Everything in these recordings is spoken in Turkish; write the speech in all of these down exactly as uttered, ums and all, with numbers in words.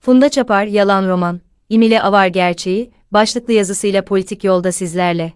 Funda Çapar Yalan Roman, İmile Avar Gerçeği, başlıklı yazısıyla Politik Yolda sizlerle.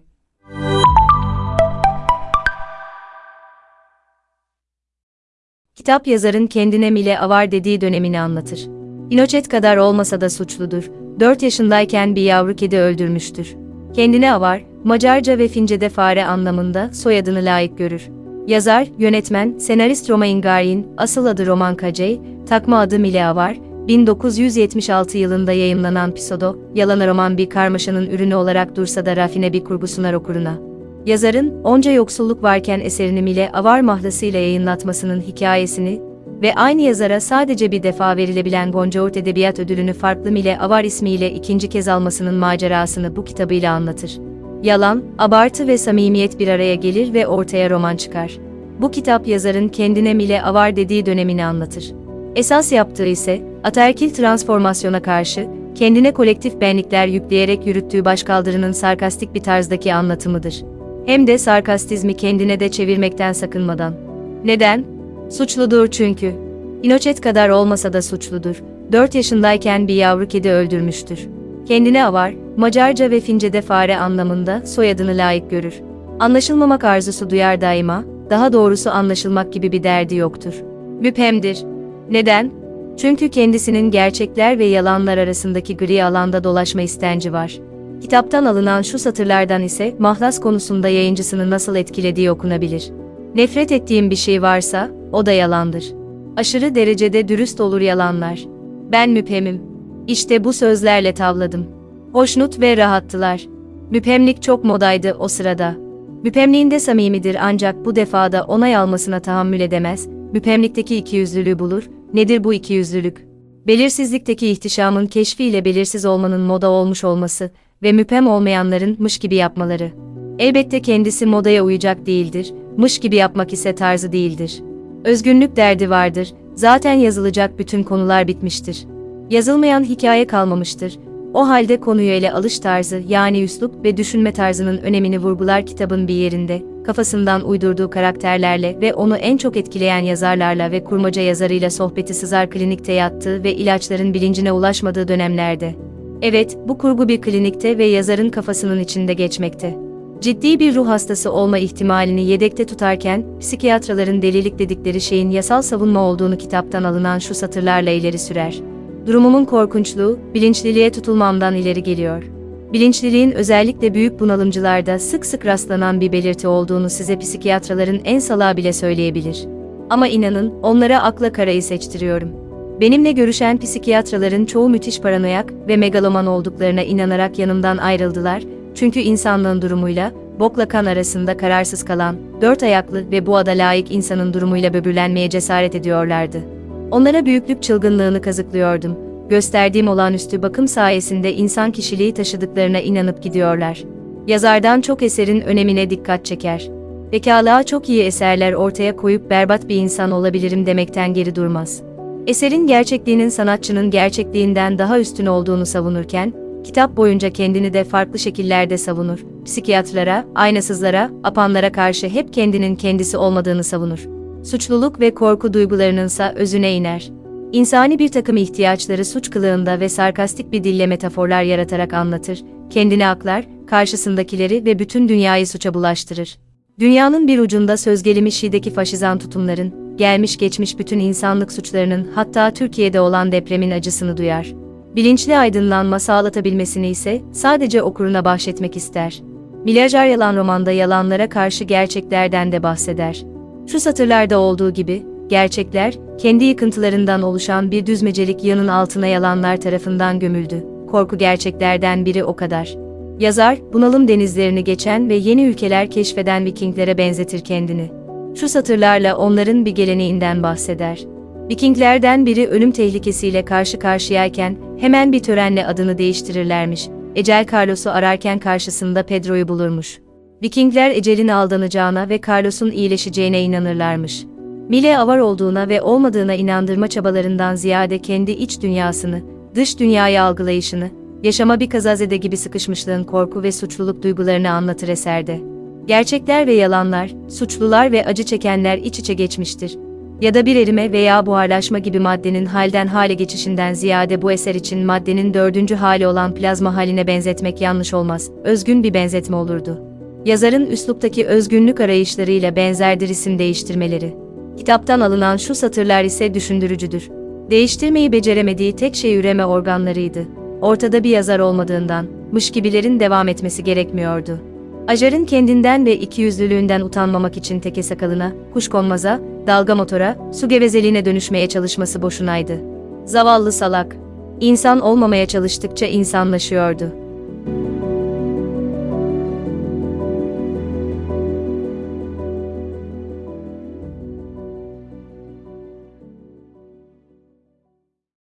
Kitap yazarın kendine Mile Avar dediği dönemini anlatır. Pinochet kadar olmasa da suçludur, dört yaşındayken bir yavru kedi öldürmüştür. Kendine avar, Macarca ve Fince'de fare anlamında soyadını layık görür. Yazar, yönetmen, senarist Romain Gary, asıl adı Roman Kacey, takma adı Mile Avar, bin dokuz yüz yetmiş altı yılında yayımlanan Pseudo, yalan roman bir karmaşanın ürünü olarak dursa da rafine bir kurgu sunar okuruna. Yazarın, onca yoksulluk varken eserini Mile Avar mahlasıyla yayınlatmasının hikayesini ve aynı yazara sadece bir defa verilebilen Goncourt Edebiyat Ödülünü farklı Mile Avar ismiyle ikinci kez almasının macerasını bu kitabıyla anlatır. Yalan, abartı ve samimiyet bir araya gelir ve ortaya roman çıkar. Bu kitap yazarın kendine Mile Avar dediği dönemini anlatır. Esas yaptığı ise, ataerkil transformasyona karşı, kendine kolektif benlikler yükleyerek yürüttüğü başkaldırının sarkastik bir tarzdaki anlatımıdır. Hem de sarkastizmi kendine de çevirmekten sakınmadan. Neden? Suçludur çünkü. Pinochet kadar olmasa da suçludur. dört yaşındayken bir yavru kedi öldürmüştür. Kendine avar, Macarca ve Fince'de fare anlamında soyadını layık görür. Anlaşılmamak arzusu duyar daima, daha doğrusu anlaşılmak gibi bir derdi yoktur. Müphemdir. Neden? Çünkü kendisinin gerçekler ve yalanlar arasındaki gri alanda dolaşma istenci var. Kitaptan alınan şu satırlardan ise mahlas konusunda yayıncısını nasıl etkilediği okunabilir. Nefret ettiğim bir şey varsa, o da yalandır. Aşırı derecede dürüst olur yalanlar. Ben müphemim. İşte bu sözlerle tavladım. Hoşnut ve rahattılar. Müphemlik çok modaydı o sırada. Müphemliğinde samimidir ancak bu defada onay almasına tahammül edemez, müphemlikteki ikiyüzlülüğü bulur. Nedir bu ikiyüzlülük? Belirsizlikteki ihtişamın keşfiyle belirsiz olmanın moda olmuş olması ve müphem olmayanların mış gibi yapmaları. Elbette kendisi modaya uyacak değildir, mış gibi yapmak ise tarzı değildir. Özgünlük derdi vardır, zaten yazılacak bütün konular bitmiştir. Yazılmayan hikaye kalmamıştır. O halde konuyu ele alış tarzı yani üslup ve düşünme tarzının önemini vurgular kitabın bir yerinde, kafasından uydurduğu karakterlerle ve onu en çok etkileyen yazarlarla ve kurmaca yazarıyla sohbeti sızar klinikte yattığı ve ilaçların bilincine ulaşmadığı dönemlerde. Evet, bu kurgu bir klinikte ve yazarın kafasının içinde geçmekte. Ciddi bir ruh hastası olma ihtimalini yedekte tutarken, psikiyatraların delilik dedikleri şeyin yasal savunma olduğunu kitaptan alınan şu satırlarla ileri sürer. Durumumun korkunçluğu, bilinçliliğe tutulmamdan ileri geliyor. Bilinçliliğin özellikle büyük bunalımcılarda sık sık rastlanan bir belirti olduğunu size psikiyatraların en salağı bile söyleyebilir. Ama inanın, onlara akla karayı seçtiriyorum. Benimle görüşen psikiyatraların çoğu müthiş paranoyak ve megaloman olduklarına inanarak yanımdan ayrıldılar, çünkü insanlığın durumuyla, bokla kan arasında kararsız kalan, dört ayaklı ve bu ada layık insanın durumuyla böbürlenmeye cesaret ediyorlardı. Onlara büyüklük çılgınlığını kazıklıyordum. Gösterdiğim olağanüstü bakım sayesinde insan kişiliği taşıdıklarına inanıp gidiyorlar. Yazardan çok eserin önemine dikkat çeker. Bekalığa çok iyi eserler ortaya koyup berbat bir insan olabilirim demekten geri durmaz. Eserin gerçekliğinin sanatçının gerçekliğinden daha üstün olduğunu savunurken, kitap boyunca kendini de farklı şekillerde savunur. Psikiyatrlara, aynasızlara, apanlara karşı hep kendinin kendisi olmadığını savunur. Suçluluk ve korku duygularınınsa özüne iner. İnsani bir takım ihtiyaçları suç kılığında ve sarkastik bir dille metaforlar yaratarak anlatır, kendini aklar, karşısındakileri ve bütün dünyayı suça bulaştırır. Dünyanın bir ucunda söz gelimi Şii'deki faşizan tutumların, gelmiş geçmiş bütün insanlık suçlarının hatta Türkiye'de olan depremin acısını duyar. Bilinçli aydınlanma sağlatabilmesini ise sadece okuruna bahşetmek ister. Mile Avar Yalan romanda yalanlara karşı gerçeklerden de bahseder. Şu satırlarda olduğu gibi, gerçekler, kendi yıkıntılarından oluşan bir düzmecelik yanın altına yalanlar tarafından gömüldü. Korku gerçeklerden biri o kadar. Yazar, bunalım denizlerini geçen ve yeni ülkeler keşfeden Vikinglere benzetir kendini. Şu satırlarla onların bir geleneğinden bahseder. Vikinglerden biri ölüm tehlikesiyle karşı karşıyayken, hemen bir törenle adını değiştirirlermiş. Ecel Carlos'u ararken karşısında Pedro'yu bulurmuş. Vikingler ecelin aldanacağına ve Carlos'un iyileşeceğine inanırlarmış. Mile Avar olduğuna ve olmadığına inandırma çabalarından ziyade kendi iç dünyasını, dış dünyayı algılayışını, yaşama bir kazazede gibi sıkışmışlığın korku ve suçluluk duygularını anlatır eserde. Gerçekler ve yalanlar, suçlular ve acı çekenler iç içe geçmiştir. Ya da bir erime veya buharlaşma gibi maddenin halden hale geçişinden ziyade bu eser için maddenin dördüncü hali olan plazma haline benzetmek yanlış olmaz, özgün bir benzetme olurdu. Yazarın üsluptaki özgünlük arayışlarıyla benzerdir isim değiştirmeleri. Kitaptan alınan şu satırlar ise düşündürücüdür. Değiştirmeyi beceremediği tek şey üreme organlarıydı. Ortada bir yazar olmadığından, mış gibilerin devam etmesi gerekmiyordu. Ajar'ın kendinden ve ikiyüzlülüğünden utanmamak için teke sakalına, kuşkonmaza, dalga motora, su gevezeliğine dönüşmeye çalışması boşunaydı. Zavallı salak. İnsan olmamaya çalıştıkça insanlaşıyordu.